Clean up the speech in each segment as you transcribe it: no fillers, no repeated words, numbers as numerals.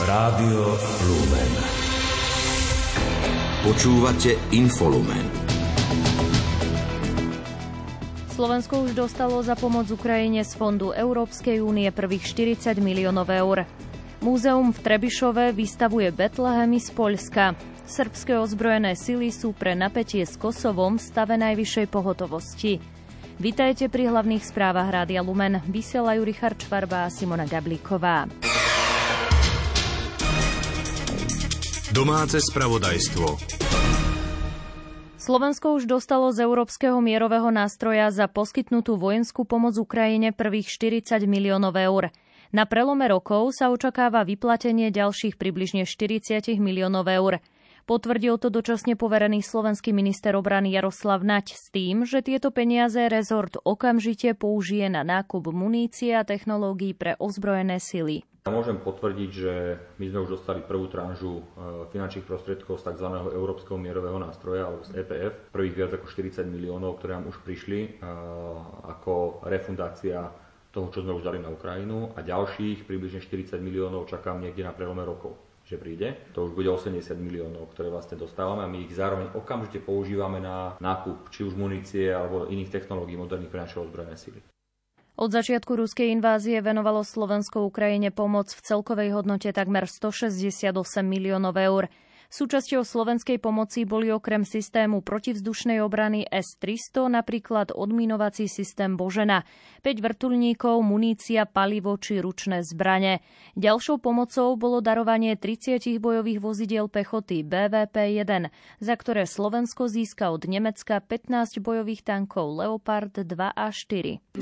Rádio Lumen. Počúvate Infolumen. Slovensko už dostalo za pomoc Ukrajine z fondu Európskej únie prvých 40 miliónov eur. Múzeum v Trebišove vystavuje Betlehemy z Poľska. Srbské ozbrojené sily sú pre napätie s Kosovom v stave najvyššej pohotovosti. Vitajte pri hlavných správach Rádia Lumen. Vysielajú Richard Čvarba a Simona Gablíková. Domáce spravodajstvo. Slovensko už dostalo z Európskeho mierového nástroja za poskytnutú vojenskú pomoc Ukrajine prvých 40 miliónov eur. Na prelome rokov sa očakáva vyplatenie ďalších približne 40 miliónov eur. Potvrdil to dočasne poverený slovenský minister obrany Jaroslav Naď s tým, že tieto peniaze rezort okamžite použije na nákup munície a technológií pre ozbrojené sily. Môžem potvrdiť, že my sme už dostali prvú tranžu finančných prostriedkov z tzv. Európskeho mierového nástroja, alebo z EPF. Prvých viac ako 40 miliónov, ktoré nám už prišli ako refundácia toho, čo sme už dali na Ukrajinu. A ďalších približne 40 miliónov čakám niekde na prelome rokov, že príde. To už bude 80 miliónov, ktoré vlastne dostávame a my ich zároveň okamžite používame na nákup či už munície alebo iných technológií moderných pre naše ozbrojené sily. Od začiatku ruskej invázie venovalo Slovensko Ukrajine pomoc v celkovej hodnote takmer 168 miliónov eur. Súčasťou slovenskej pomoci boli okrem systému protivzdušnej obrany S-300 napríklad odminovací systém Božena, 5 vrtuľníkov, munícia, palivo či ručné zbrane. Ďalšou pomocou bolo darovanie 30 bojových vozidiel pechoty BVP-1, za ktoré Slovensko získa od Nemecka 15 bojových tankov Leopard 2 a 4.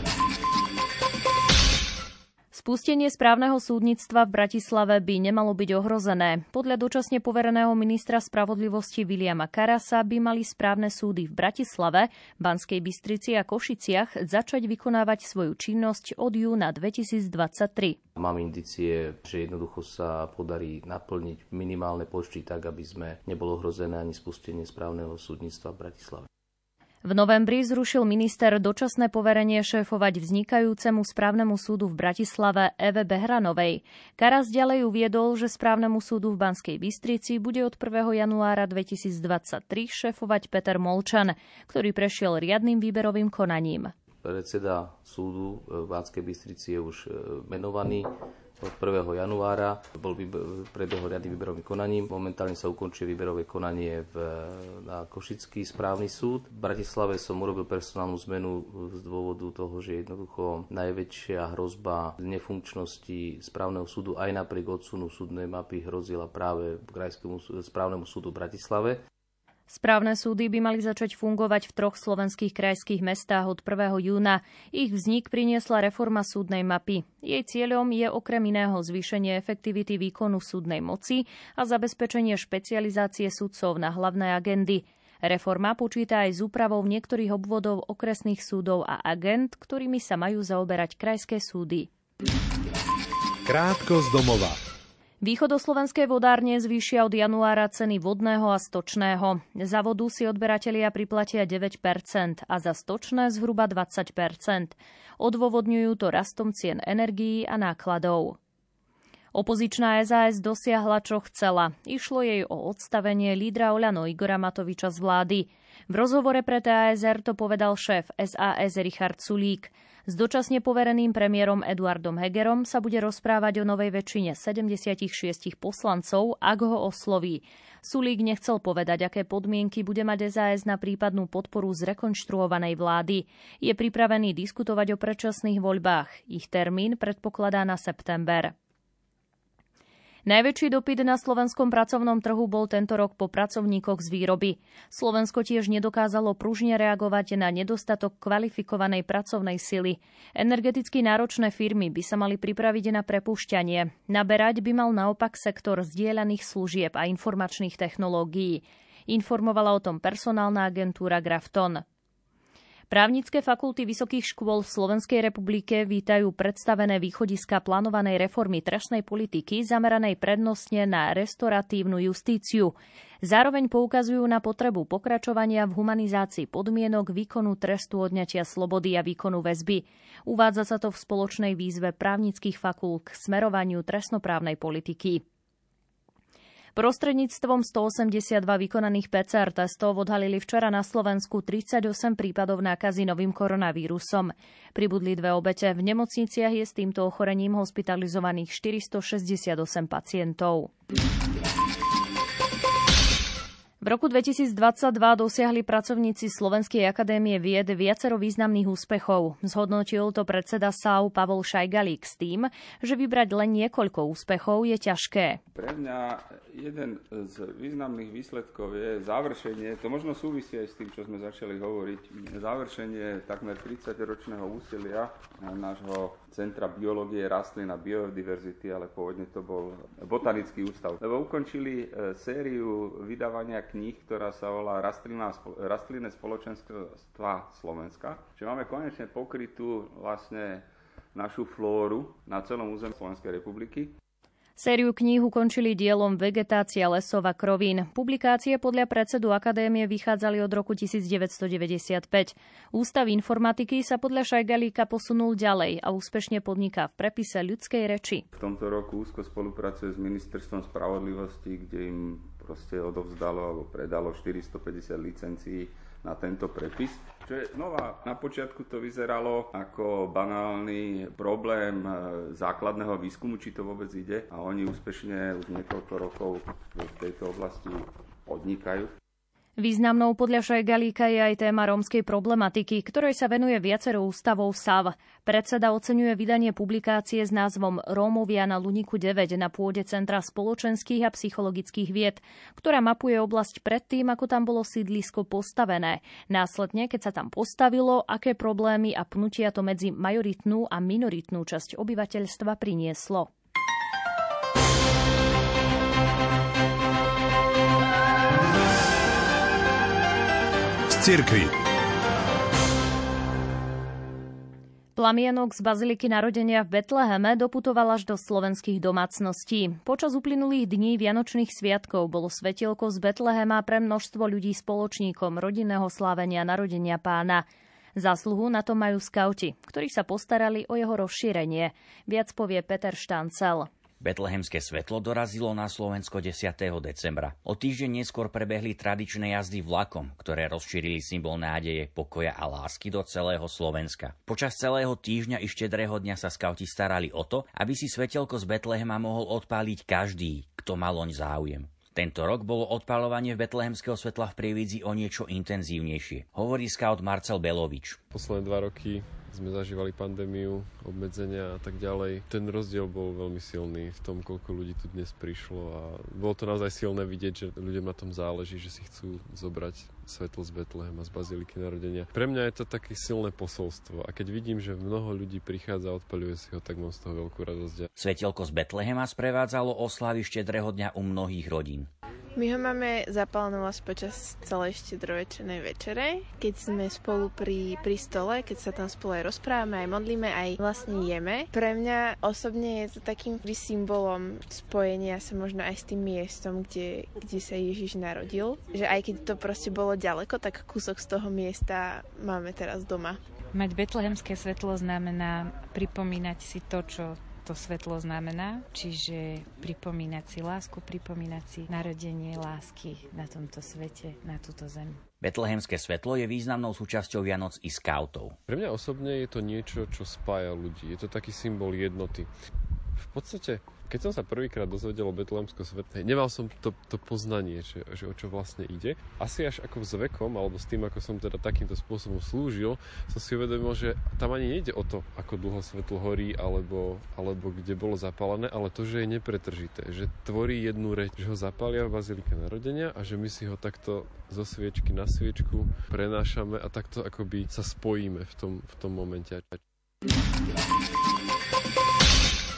Spustenie správneho súdnictva v Bratislave by nemalo byť ohrozené. Podľa dočasne povereného ministra spravodlivosti Viliama Karasa by mali správne súdy v Bratislave, Banskej Bystrici a Košiciach začať vykonávať svoju činnosť od júna 2023. Mám indície, že jednoducho sa podarí naplniť minimálne počty tak, aby sme nebolo ohrozené ani spustenie správneho súdnictva v Bratislave. V novembri zrušil minister dočasné poverenie šéfovať vznikajúcemu správnemu súdu v Bratislave Eve Behranovej. Karas ďalej uviedol, že správnemu súdu v Banskej Bystrici bude od 1. januára 2023 šéfovať Peter Molčan, ktorý prešiel riadnym výberovým konaním. Predseda súdu v Banskej Bystrici je už menovaný od 1. januára. Prebehol riadnym výberovým konaním. Momentálne sa ukončuje výberové konanie na Košický správny súd. V Bratislave som urobil personálnu zmenu z dôvodu toho, že jednoducho najväčšia hrozba nefunkčnosti správneho súdu aj napriek odsunu súdnej mapy hrozila práve krajskému správnemu súdu v Bratislave. Správne súdy by mali začať fungovať v 3 slovenských krajských mestách od 1. júna. Ich vznik priniesla reforma súdnej mapy. Jej cieľom je okrem iného zvýšenie efektivity výkonu súdnej moci a zabezpečenie špecializácie sudcov na hlavné agendy. Reforma počíta aj s úpravou niektorých obvodov okresných súdov a agend, ktorými sa majú zaoberať krajské súdy. Krátko z domova. Východoslovenské vodárne zvýšia od januára ceny vodného a stočného. Za vodu si odberatelia priplatia 9% a za stočné zhruba 20%. Odôvodňujú to rastom cien energií a nákladov. Opozičná SAS dosiahla, čo chcela. Išlo jej o odstavenie lídra Oľano Igora Matoviča z vlády. V rozhovore pre TASR to povedal šéf SAS Richard Sulík. S dočasne povereným premiérom Eduardom Hegerom sa bude rozprávať o novej väčšine 76 poslancov, ak ho osloví. Sulík nechcel povedať, aké podmienky bude mať SAS na prípadnú podporu zrekonštruovanej vlády. Je pripravený diskutovať o predčasných voľbách. Ich termín predpokladá na september. Najväčší dopyt na slovenskom pracovnom trhu bol tento rok po pracovníkoch z výroby. Slovensko tiež nedokázalo pružne reagovať na nedostatok kvalifikovanej pracovnej sily. Energeticky náročné firmy by sa mali pripraviť na prepúšťanie. Naberať by mal naopak sektor zdieľaných služieb a informačných technológií. Informovala o tom personálna agentúra Grafton. Právnické fakulty vysokých škôl v Slovenskej republike vítajú predstavené východiska plánovanej reformy trestnej politiky zameranej prednostne na restoratívnu justíciu. Zároveň poukazujú na potrebu pokračovania v humanizácii podmienok výkonu trestu odňatia slobody a výkonu väzby. Uvádza sa to v spoločnej výzve právnických fakult k smerovaniu trestnoprávnej politiky. Prostredníctvom 182 vykonaných PCR testov odhalili včera na Slovensku 38 prípadov nákazy novým koronavírusom. Pribudli 2 obete. V nemocniciach je s týmto ochorením hospitalizovaných 468 pacientov. V roku 2022 dosiahli pracovníci Slovenskej akadémie vied viacero významných úspechov. Zhodnotil to predseda SAU Pavol Šajgalík s tým, že vybrať len niekoľko úspechov je ťažké. Pre mňa jeden z významných výsledkov je završenie, to možno súvisí aj s tým, čo sme začali hovoriť, završenie takmer 30-ročného úsilia nášho Centra biológie rastlín a biodiverzity, ale pôvodne to bol Botanický ústav. Lebo ukončili sériu vydávania kníh, ktorá sa volá Rastlinné spoločenstva Slovenska. Čiže máme konečne pokrytú vlastne našu flóru na celom území Slovenskej republiky. Sériu kníh ukončili dielom Vegetácia lesov a krovín. Publikácie podľa predsedu akadémie vychádzali od roku 1995. Ústav informatiky sa podľa Šajgalíka posunul ďalej a úspešne podniká v prepise ľudskej reči. V tomto roku úzko spolupracuje s Ministerstvom spravodlivosti, kde im proste odovzdalo alebo predalo 450 licencií na tento prepis. Čo je nová, na počiatku to vyzeralo ako banálny problém základného výskumu, či to vôbec ide, a oni úspešne už niekoľko rokov v tejto oblasti podnikajú. Významnou podľa Šajgalíka je aj téma rómskej problematiky, ktorej sa venuje viacero ústavov SAV. Predseda oceňuje vydanie publikácie s názvom Rómovia na Luníku 9 na pôde Centra spoločenských a psychologických vied, ktorá mapuje oblasť predtým, ako tam bolo sídlisko postavené. Následne, keď sa tam postavilo, aké problémy a pnutia to medzi majoritnú a minoritnú časť obyvateľstva prinieslo. Cirkvi. Plamienok z baziliky Narodenia v Betleheme doputoval až do slovenských domácností. Počas uplynulých dní vianočných sviatkov bolo svetielko z Betlehema pre množstvo ľudí spoločníkom rodinného slávenia Narodenia Pána. Zásluhu na to majú skauti, ktorí sa postarali o jeho rozšírenie. Viac povie Peter Štancel. Betlehemské svetlo dorazilo na Slovensko 10. decembra. O týždeň neskôr prebehli tradičné jazdy vlakom, ktoré rozšírili symbol nádeje, pokoja a lásky do celého Slovenska. Počas celého týždňa i štedrého dňa sa skauti starali o to, aby si svetelko z Betlehema mohol odpáliť každý, kto mal oň záujem. Tento rok bolo odpaľovanie betlehemského svetla v Prievidzi o niečo intenzívnejšie, hovorí skaut Marcel Belovič. Posledné 2 roky sme zažívali pandémiu, obmedzenia a tak ďalej. Ten rozdiel bol veľmi silný v tom, koľko ľudí tu dnes prišlo, a bolo to naozaj silné vidieť, že ľuďom na tom záleží, že si chcú zobrať svetlo z Betlehema, z baziliky Narodenia. Pre mňa je to také silné posolstvo, a keď vidím, že mnoho ľudí prichádza a odpaľuje si ho, tak mám z toho veľkú radosť. Svetielko z Betlehema sprevádzalo oslavy štedrého dňa u mnohých rodín. My ho máme zapálenú počas celej štedrovečernej večere, keď sme spolu pri stole, keď sa tam spolu aj rozprávame, aj modlíme, aj vlastne jeme. Pre mňa osobne je to takým symbolom spojenia sa možno aj s tým miestom, kde sa Ježiš narodil. Že aj keď to proste bolo ďaleko, tak kúsok z toho miesta máme teraz doma. Mať betlehemské svetlo znamená pripomínať si to, čo to svetlo znamená, čiže pripomínať si lásku, pripomínať si narodenie lásky na tomto svete, na túto zem. Betlehemské svetlo je významnou súčasťou Vianoc i skautov. Pre mňa osobne je to niečo, čo spája ľudí. Je to taký symbol jednoty. V podstate, keď som sa prvýkrát dozvedel o betlehemskom svetle, nemal som to poznanie, že o čo vlastne ide. Asi až ako s vekom, alebo s tým, ako som teda takýmto spôsobom slúžil, som si uvedomil, že tam ani nejde o to, ako dlho svetlo horí, alebo kde bolo zapálené, ale to, že je nepretržité, že tvorí jednu reč, že ho zapália v bazilike Narodenia a že my si ho takto zo sviečky na sviečku prenášame a takto akoby sa spojíme v tom momente.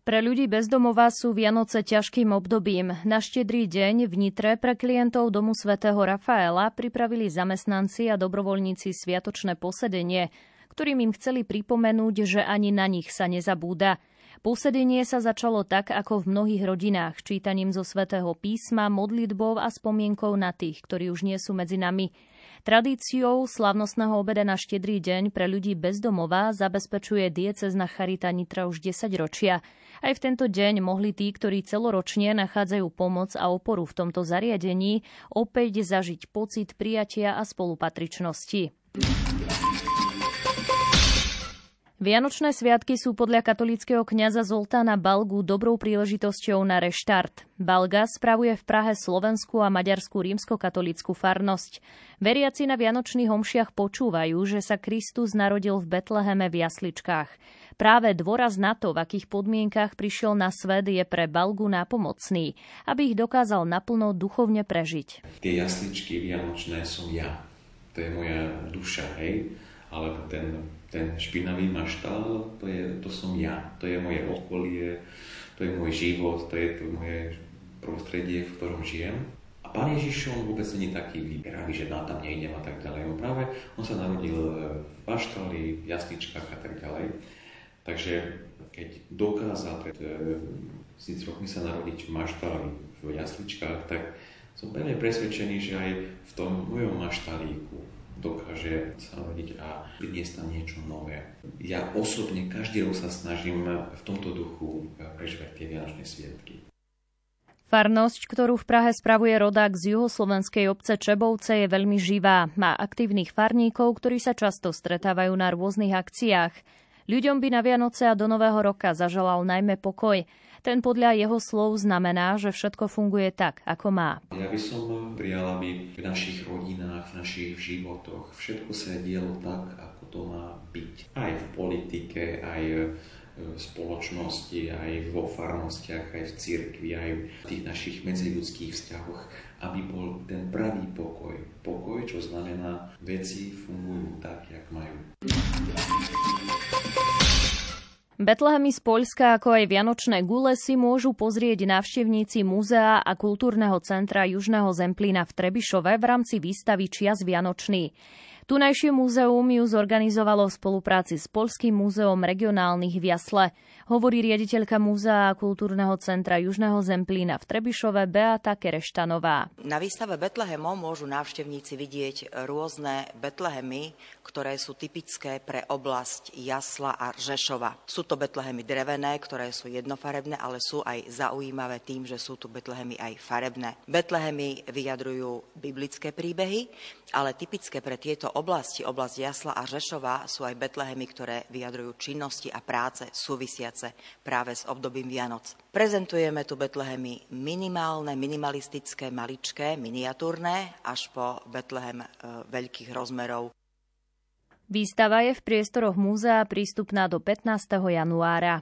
Pre ľudí bez domova sú Vianoce ťažkým obdobím. Na Štedrý deň v Nitre pre klientov domu svätého Rafaela pripravili zamestnanci a dobrovoľníci sviatočné posedenie, ktorým im chceli pripomenúť, že ani na nich sa nezabúda. Posedenie sa začalo tak, ako v mnohých rodinách, čítaním zo svätého písma, modlitbou a spomienkou na tých, ktorí už nie sú medzi nami. Tradíciou slávnostného obeda na Štedrý deň pre ľudí bez domova zabezpečuje diecézna charita Nitra už 10 ročia. Aj v tento deň mohli tí, ktorí celoročne nachádzajú pomoc a oporu v tomto zariadení, opäť zažiť pocit prijatia a spolupatričnosti. Vianočné sviatky sú podľa katolíckeho kňaza Zoltána Balgu dobrou príležitosťou na reštart. Balga spravuje v Prahe slovenskú a maďarskú rímskokatolícku farnosť. Veriaci na vianočných homšiach počúvajú, že sa Kristus narodil v Betleheme v jasličkách. Práve dôraz na to, v akých podmienkach prišiel na svet, je pre Balgu nápomocný, aby ich dokázal naplno duchovne prežiť. Tie jasličky vianočné som ja. To je moja duša, hej? Alebo ten špinavý maštal, to som ja. To je moje okolie, to je môj život, to je to moje prostredie, v ktorom žijem. A Pán Ježiš, on vôbec nie je taký vyberavý, že tam nejdem a tak ďalej. On sa narodil v maštali, v jasličkách a tak ďalej. Takže keď dokázal pred 1000 rokmi sa narodiť v maštali, v jasličkách, tak som pevne presvedčený, že aj v tom mojom maštalíku dokáže sa narodiť a priniesť tam niečo nové. Ja osobne každý rok sa snažím v tomto duchu prežívať tie vianočné sviatky. Farnosť, ktorú v Prahe spravuje rodák z juhoslovenskej obce Čebovce, je veľmi živá. Má aktívnych farníkov, ktorí sa často stretávajú na rôznych akciách. Ľuďom by na Vianoce a do Nového roka zaželal najmä pokoj. Ten podľa jeho slov znamená, že všetko funguje tak, ako má. Ja by som prijal, aby v našich rodinách, v našich životoch všetko sa dielo tak, ako to má byť. Aj v politike, aj v spoločnosti, aj vo farnostiach, aj v cirkvi, aj v tých našich medziľudských vzťahoch, aby bol ten pravý pokoj. Pokoj, čo znamená, veci fungujú tak, jak majú. Betlehemy z Poľska, ako aj vianočné gule si môžu pozrieť návštevníci múzea a kultúrneho centra Južného Zemplína v Trebišove v rámci výstavy Čias vianočný. Tunajšie múzeum ju zorganizovalo v spolupráci s Poľským múzeom regionálnych v Jasle, hovorí riaditeľka Múzea a kultúrneho centra Južného Zemplína v Trebišove Beata Kereštanová. Na výstave Betlehemov môžu návštevníci vidieť rôzne Betlehemy, ktoré sú typické pre oblasť Jasla a Žešova. Sú to Betlehemy drevené, ktoré sú jednofarebné, ale sú aj zaujímavé tým, že sú tu Betlehemy aj farebné. Betlehemy vyjadrujú biblické príbehy, ale typické pre tieto oblasť Jasla a Žešova sú aj Betlehemy, ktoré vyjadrujú činnosti a práce súvisiace práve s obdobím Vianoc. Prezentujeme tu Betlehemy minimálne, minimalistické, maličké, miniatúrne, až po Betlehem veľkých rozmerov. Výstava je v priestoroch múzea prístupná do 15. januára.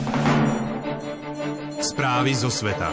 Správy zo sveta.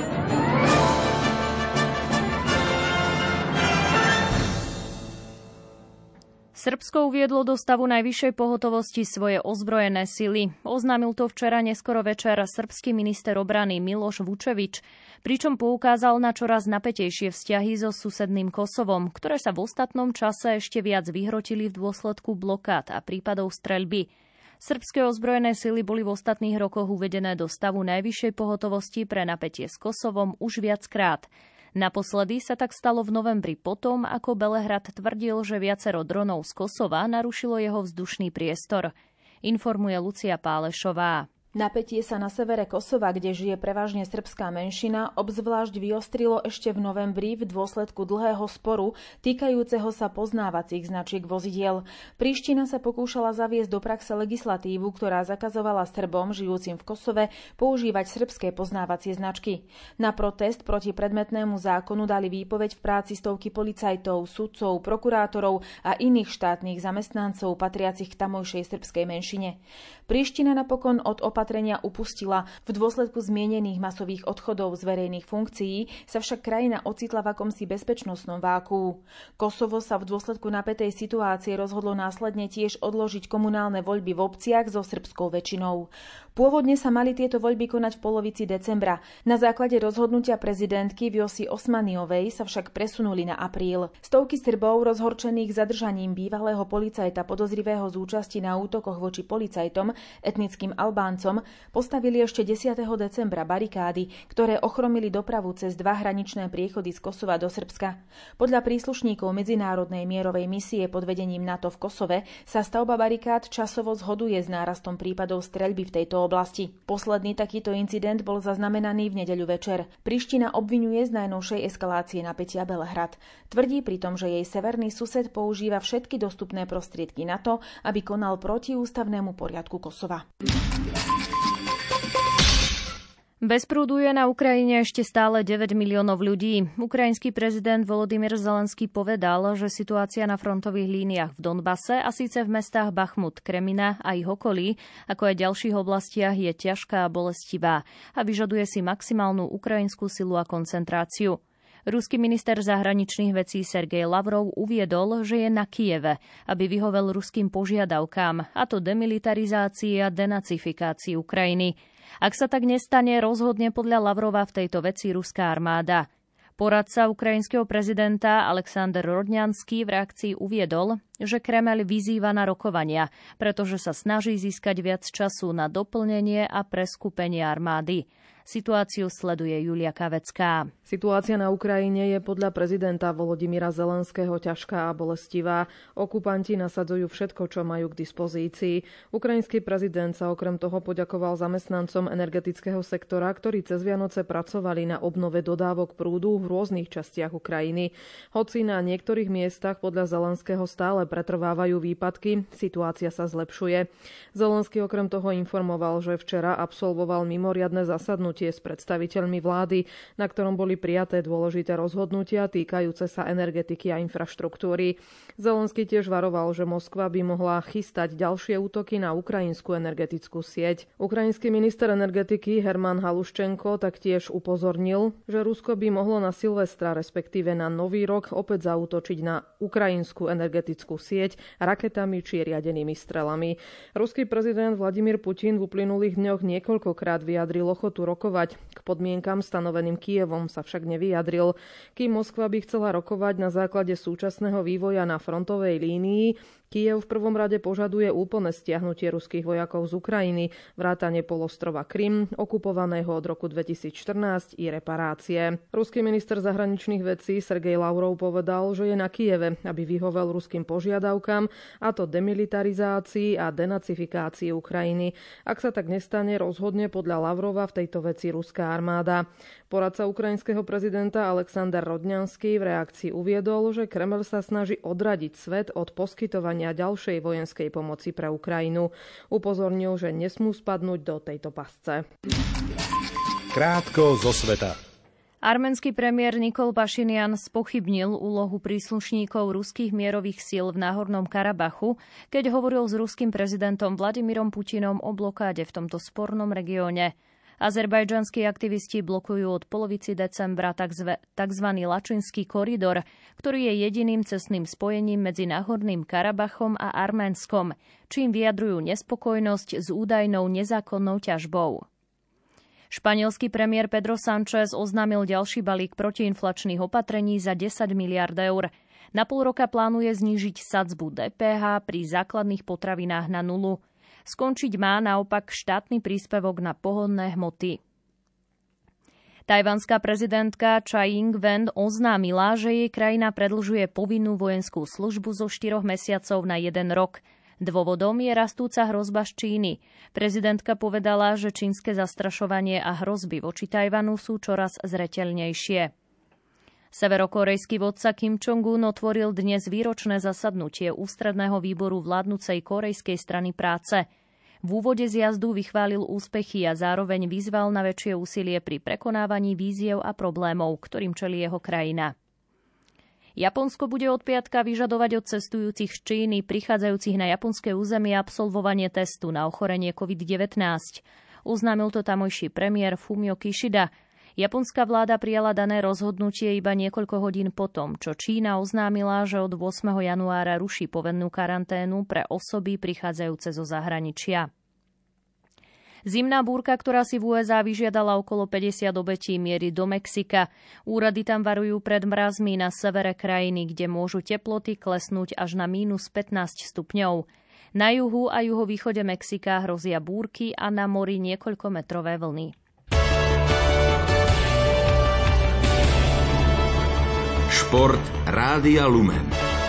Srbsko uviedlo do stavu najvyššej pohotovosti svoje ozbrojené sily. Oznámil to včera neskoro večer srbský minister obrany Miloš Vučevič, pričom poukázal na čoraz napätejšie vzťahy so susedným Kosovom, ktoré sa v ostatnom čase ešte viac vyhrotili v dôsledku blokád a prípadov streľby. Srbské ozbrojené sily boli v ostatných rokoch uvedené do stavu najvyššej pohotovosti pre napätie s Kosovom už viackrát. Naposledy sa tak stalo v novembri potom, ako Belehrad tvrdil, že viacero dronov z Kosova narušilo jeho vzdušný priestor. Informuje Lucia Pálešová. Napätie sa na severe Kosova, kde žije prevažne srbská menšina, obzvlášť vyostrilo ešte v novembri v dôsledku dlhého sporu týkajúceho sa poznávacích značiek vozidiel. Príština sa pokúšala zaviesť do praxe legislatívu, ktorá zakazovala Srbom žijúcim v Kosove používať srbské poznávacie značky. Na protest proti predmetnému zákonu dali výpoveď v práci stovky policajtov, sudcov, prokurátorov a iných štátnych zamestnancov patriacich k tamojšej srbskej menšine. Príština napokon od opatrenia opatrenia upustila. V dôsledku zmienených masových odchodov z verejných funkcií sa však krajina ocitla v akomsi bezpečnostnom vákuu. Kosovo sa v dôsledku napätej situácie rozhodlo následne tiež odložiť komunálne voľby v obciach so srbskou väčšinou. Pôvodne sa mali tieto voľby konať v polovici decembra. Na základe rozhodnutia prezidentky Vjosi Osmaniovej sa však presunuli na apríl. Stovky Srbov rozhorčených zadržaním bývalého policajta podozrivého z účasti na útokoch voči policajtom, etnickým Albáncom, postavili ešte 10. decembra barikády, ktoré ochromili dopravu cez 2 hraničné priechody z Kosova do Srbska. Podľa príslušníkov medzinárodnej mierovej misie pod vedením NATO v Kosove sa stavba barikád časovo zhoduje s nárastom prípadov streľby v tejto oblasti. Posledný takýto incident bol zaznamenaný v nedeľu večer. Priština obviňuje z najnovšej eskalácie napätia Belehrad. Tvrdí pritom, že jej severný sused používa všetky dostupné prostriedky na to, aby konal proti ústavnému poriadku Kosova. Bez prúdu je na Ukrajine ešte stále 9 miliónov ľudí. Ukrajinský prezident Volodymyr Zelenský povedal, že situácia na frontových líniách v Donbase a síce v mestách Bachmut, Kremina a ich okolí, ako aj ďalších oblastiach, je ťažká a bolestivá a vyžaduje si maximálnu ukrajinskú silu a koncentráciu. Ruský minister zahraničných vecí Sergej Lavrov uviedol, že je na Kyjeve, aby vyhovel ruským požiadavkám, a to demilitarizácii a denacifikácii Ukrajiny. Ak sa tak nestane, rozhodne podľa Lavrova v tejto veci ruská armáda. Poradca ukrajinského prezidenta Alexander Rodňanský v reakcii uviedol, že Kremeľ vyzýva na rokovania, pretože sa snaží získať viac času na doplnenie a preskupenie armády. Situáciu sleduje Julia Kavecká. Situácia na Ukrajine je podľa prezidenta Volodymyra Zelenského ťažká a bolestivá. Okupanti nasadzujú všetko, čo majú k dispozícii. Ukrajinský prezident sa okrem toho poďakoval zamestnancom energetického sektora, ktorí cez Vianoce pracovali na obnove dodávok prúdu v rôznych častiach Ukrajiny. Hoci na niektorých miestach podľa Zelenského stále pretrvávajú výpadky, situácia sa zlepšuje. Zelenský okrem toho informoval, že včera absolvoval mimoriadne zasadnutie s predstaviteľmi vlády, na ktorom boli prijaté dôležité rozhodnutia týkajúce sa energetiky a infraštruktúry. Zelenský tiež varoval, že Moskva by mohla chystať ďalšie útoky na ukrajinskú energetickú sieť. Ukrajinský minister energetiky Herman Haluščenko taktiež upozornil, že Rusko by mohlo na Silvestra, respektíve na Nový rok, opäť zaútočiť na ukrajinskú energetickú sieť raketami či riadenými strelami. Ruský prezident Vladimír Putin v uplynulých dňoch niekoľkokrát vyjadril ochotu rokovať. K podmienkam stanoveným Kyjevom sa však nevyjadril. Kým Moskva by chcela rokovať na základe súčasného vývoja na frontovej línii, Kyjev v prvom rade požaduje úplné stiahnutie ruských vojakov z Ukrajiny, vrátane polostrova Krym, okupovaného od roku 2014, i reparácie. Ruský minister zahraničných vecí Sergej Lavrov povedal, že je na Kyjeve, aby vyhovel ruským požiadavkám, a to demilitarizácii a denacifikácii Ukrajiny. Ak sa tak nestane, rozhodne podľa Lavrova v tejto veci ruská armáda. Poradca ukrajinského prezidenta Alexander Rodňanský v reakcii uviedol, že Kremeľ sa snaží odradiť svet od poskytovania ďalšej vojenskej pomoci pre Ukrajinu. Upozornil, že nesmú spadnúť do tejto pasce. Krátko zo sveta. Arménsky premiér Nikol Pašinian spochybnil úlohu príslušníkov ruských mierových síl v Náhornom Karabachu, keď hovoril s ruským prezidentom Vladimírom Putinom o blokáde v tomto spornom regióne. Azerbajdžanskí aktivisti blokujú od polovici decembra tzv. Lačinský koridor, ktorý je jediným cestným spojením medzi Náhorným Karabachom a Arménskom, čím vyjadrujú nespokojnosť s údajnou nezákonnou ťažbou. Španielský premiér Pedro Sánchez oznámil ďalší balík protiinflačných opatrení za 10 miliard eur. Na pol roka plánuje znížiť sadzbu DPH pri základných potravinách na nulu. Skončiť má naopak štátny príspevok na pohonné hmoty. Tajvanská prezidentka Tsai Ing-wen oznámila, že jej krajina predĺžuje povinnú vojenskú službu zo 4 mesiacov na 1 rok. Dôvodom je rastúca hrozba z Číny. Prezidentka povedala, že čínske zastrašovanie a hrozby voči Tajvanu sú čoraz zreteľnejšie. Severokorejský vodca Kim Jong-un otvoril dnes výročné zasadnutie ústredného výboru vládnucej Korejskej strany práce. V úvode zjazdu vychválil úspechy a zároveň vyzval na väčšie úsilie pri prekonávaní víziev a problémov, ktorým čelí jeho krajina. Japonsko bude od piatka vyžadovať od cestujúcich z Číny prichádzajúcich na japonské územie absolvovanie testu na ochorenie COVID-19. Oznámil to tamojší premiér Fumio Kishida. Japonská vláda prijala dané rozhodnutie iba niekoľko hodín potom, čo Čína oznámila, že od 8. januára ruší povennú karanténu pre osoby prichádzajúce zo zahraničia. Zimná búrka, ktorá si v USA vyžiadala okolo 50 obetí, mierí do Mexika. Úrady tam varujú pred mrazmi na severe krajiny, kde môžu teploty klesnúť až na -15 stupňov. Na juhu a juhovýchode Mexika hrozia búrky a na mori niekoľkometrové vlny. Šport Rádia Lumen.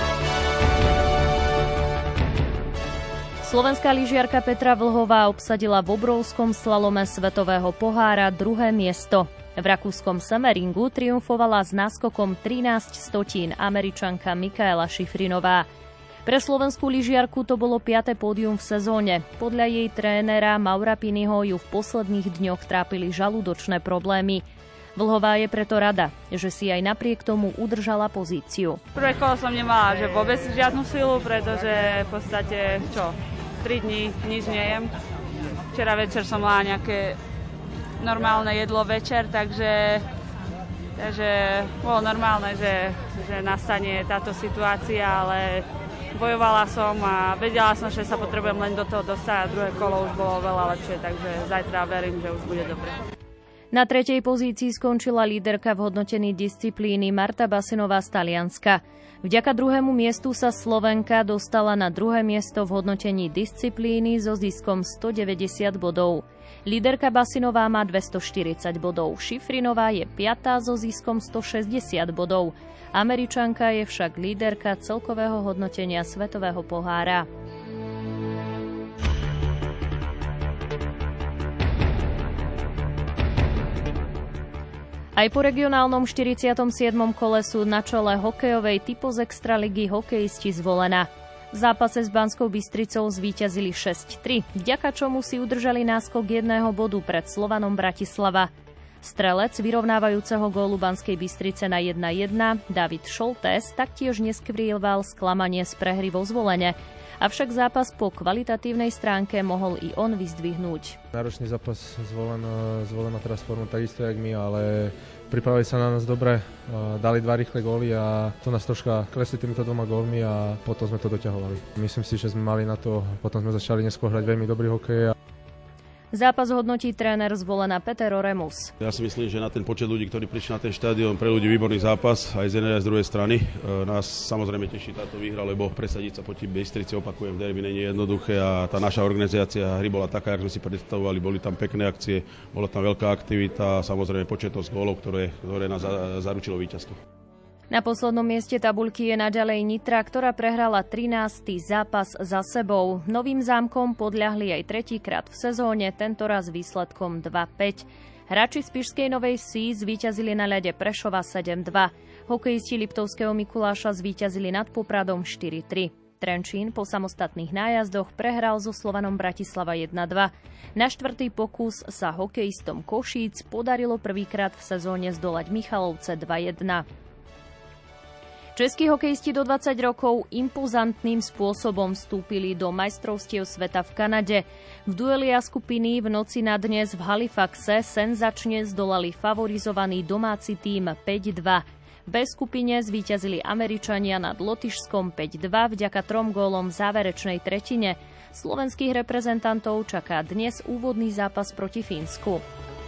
Slovenská lyžiarka Petra Vlhová obsadila v obrovskom slalome svetového pohára 2. miesto. V rakúskom Semmeringu triumfovala s náskokom 13 Američanka Mikaela Šifrinová. Pre slovenskú lyžiarku to bolo 5. pódium v sezóne. Podľa jej trénera Maura Piniho ju v posledných dňoch trápili žalúdočné problémy. Vlhová je preto rada, že si aj napriek tomu udržala pozíciu. Prvé kolo som nemala že vôbec žiadnu silu, pretože v podstate 3 dní nič nejem. Včera večer som mala nejaké normálne jedlo večer, takže bolo normálne, že nastane táto situácia, ale bojovala som a vedela som, že sa potrebujem len do toho dostať a druhé kolo už bolo veľa lepšie, takže zajtra verím, že už bude dobre. Na 3. pozícii skončila líderka v hodnotení disciplíny Marta Basinová z Talianska. Vďaka 2. miestu sa Slovenka dostala na 2. miesto v hodnotení disciplíny so ziskom 190 bodov. Líderka Basinová má 240 bodov, Šifrinová je 5. so ziskom 160 bodov. Američanka je však líderka celkového hodnotenia svetového pohára. Aj po regionálnom 47. kole sú na čele hokejovej typos extraligy hokejisti z Volena. V zápase s Banskou Bystricou zvíťazili 6-3, vďaka čomu si udržali náskok 1 bodu pred Slovanom Bratislava. Strelec vyrovnávajúceho gólu Banskej Bystrice na 1-1, David Šoltés, taktiež neskrýval sklamanie z prehry vo Zvolene. Avšak zápas po kvalitatívnej stránke mohol i on vyzdvihnúť. Náročný zápas zvolená teraz formu takisto jak my, ale pripravili sa na nás dobre, dali 2 rýchle góly a to nás troška klesli týmito 2 gólmi a potom sme to doťahovali. Myslím si, že sme mali na to, potom sme začali neskôr hrať veľmi dobrý hokej. Zápas hodnotí tréner Zvolena Peter Oremus. Ja si myslím, že na ten počet ľudí, ktorí prišli na ten štadión, pre ľudí výborný zápas, aj z jednej aj z druhej strany. Nás samozrejme teší táto výhra, lebo presadiť sa proti Bystrici, opakujem, v derby nie je jednoduché a tá naša organizácia hry bola taká, ako sme si predstavovali, boli tam pekné akcie, bola tam veľká aktivita a samozrejme početnosť gólov, ktoré nás zaručilo víťazstvo. Na poslednom mieste tabuľky je naďalej Nitra, ktorá prehrala 13. zápas za sebou. Novým zámkom podľahli aj 3-krát v sezóne, tentoraz výsledkom 2-5. Hráči z Spišskej Novej Vsi zvíťazili na ľade Prešova 7-2. Hokejisti Liptovského Mikuláša zvíťazili nad Popradom 4-3. Trenčín po samostatných nájazdoch prehral so Slovanom Bratislava 1-2. Na 4. pokus sa hokejistom Košíc podarilo prvýkrát v sezóne zdolať Michalovce 2-1. Českí hokejisti do 20 rokov impozantným spôsobom vstúpili do majstrovstiev sveta v Kanade. V dueli A skupiny v noci na dnes v Halifaxe senzačne zdolali favorizovaný domáci tím 5-2. V B skupine zvíťazili Američania nad Lotyšskom 5-2 vďaka 3 gólom v záverečnej tretine. Slovenských reprezentantov čaká dnes úvodný zápas proti Fínsku.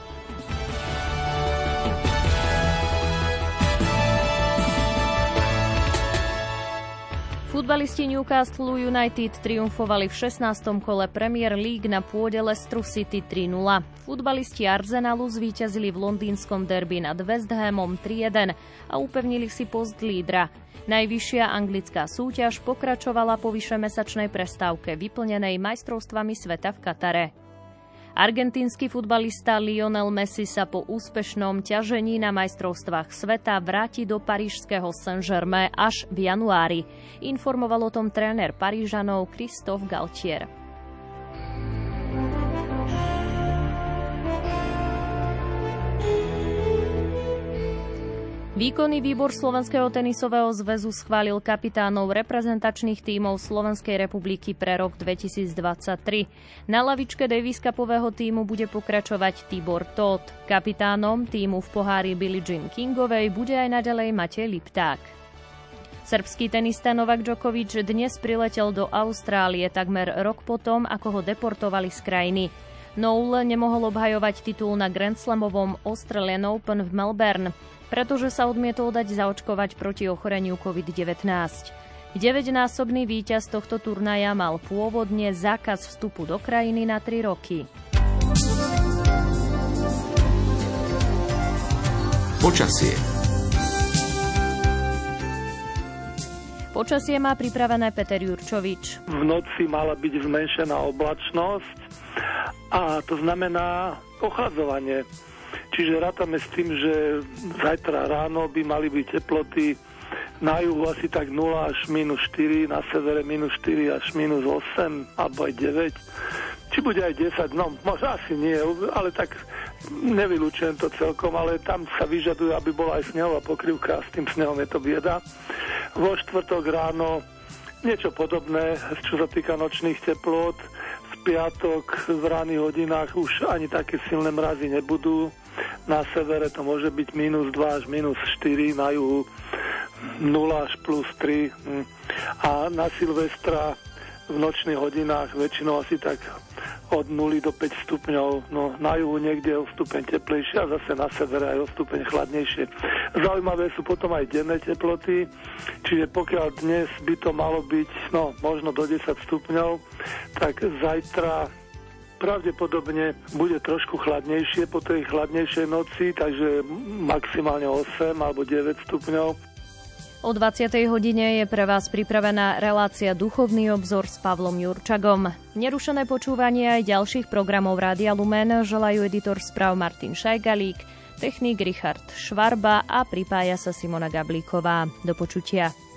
Futbalisti Newcastle United triumfovali v 16. kole Premier League na pôde Leicester City 3-0. Futbalisti Arsenalu zvíťazili v londýnskom derby nad West Hamom 3-1 a upevnili si post lídra. Najvyššia anglická súťaž pokračovala po vyšemesačnej prestávke vyplnenej majstrovstvami sveta v Katare. Argentínsky futbalista Lionel Messi sa po úspešnom ťažení na majstrovstvách sveta vráti do parížského Saint-Germain až v januári. Informoval o tom tréner Parížanov Christophe Galtier. Výkonný výbor Slovenského tenisového zväzu schválil kapitánov reprezentačných tímov Slovenskej republiky pre rok 2023. Na lavičke Davis Cupového tímu bude pokračovať Tibor Tóth. Kapitánom tímu v pohári Billie Jean Kingovej bude aj naďalej Matej Lipták. Srbský tenista Novak Djokovic dnes priletel do Austrálie takmer rok potom, ako ho deportovali z krajiny. Noel nemohol obhajovať titul na Grand Slamovom Australian Open v Melbourne, pretože sa odmietol dať zaočkovať proti ochoreniu COVID-19. 9-násobný víťaz tohto turnaja mal pôvodne zákaz vstupu do krajiny na 3 roky. Počasie. Počasie má pripravené Peter Jurčovič. V noci mala byť zmenšená oblačnosť a to znamená ochladzovanie. Čiže rátame s tým, že zajtra ráno by mali byť teploty na juhu asi tak 0 až -4, na severe -4 až -8, alebo aj 9. Či bude aj 10, no možno asi nie, ale tak nevylučujem to celkom, ale tam sa vyžaduje, aby bola aj snehová pokrývka a s tým snehom je to bieda. Vo štvrtok ráno niečo podobné, čo sa týka nočných teplôt. V piatok v ranných hodinách už ani také silné mrazy nebudú. Na severe to môže byť -2 až -4, na juhu 0 až +3. A na Silvestra v nočných hodinách väčšinou asi tak od 0 do 5 stupňov. No, na juhu niekde je o stupeň teplejšie a zase na severe aj o stupeň chladnejšie. Zaujímavé sú potom aj denné teploty, čiže pokiaľ dnes by to malo byť možno do 10 stupňov, tak zajtra pravdepodobne bude trošku chladnejšie po tej chladnejšej noci, takže maximálne 8 alebo 9 stupňov. O 20. hodine je pre vás pripravená relácia Duchovný obzor s Pavlom Jurčagom. Nerušené počúvanie aj ďalších programov Rádia Lumen želajú editor správ Martin Šajgalík, technik Richard Švarba a pripája sa Simona Gablíková. Do počutia.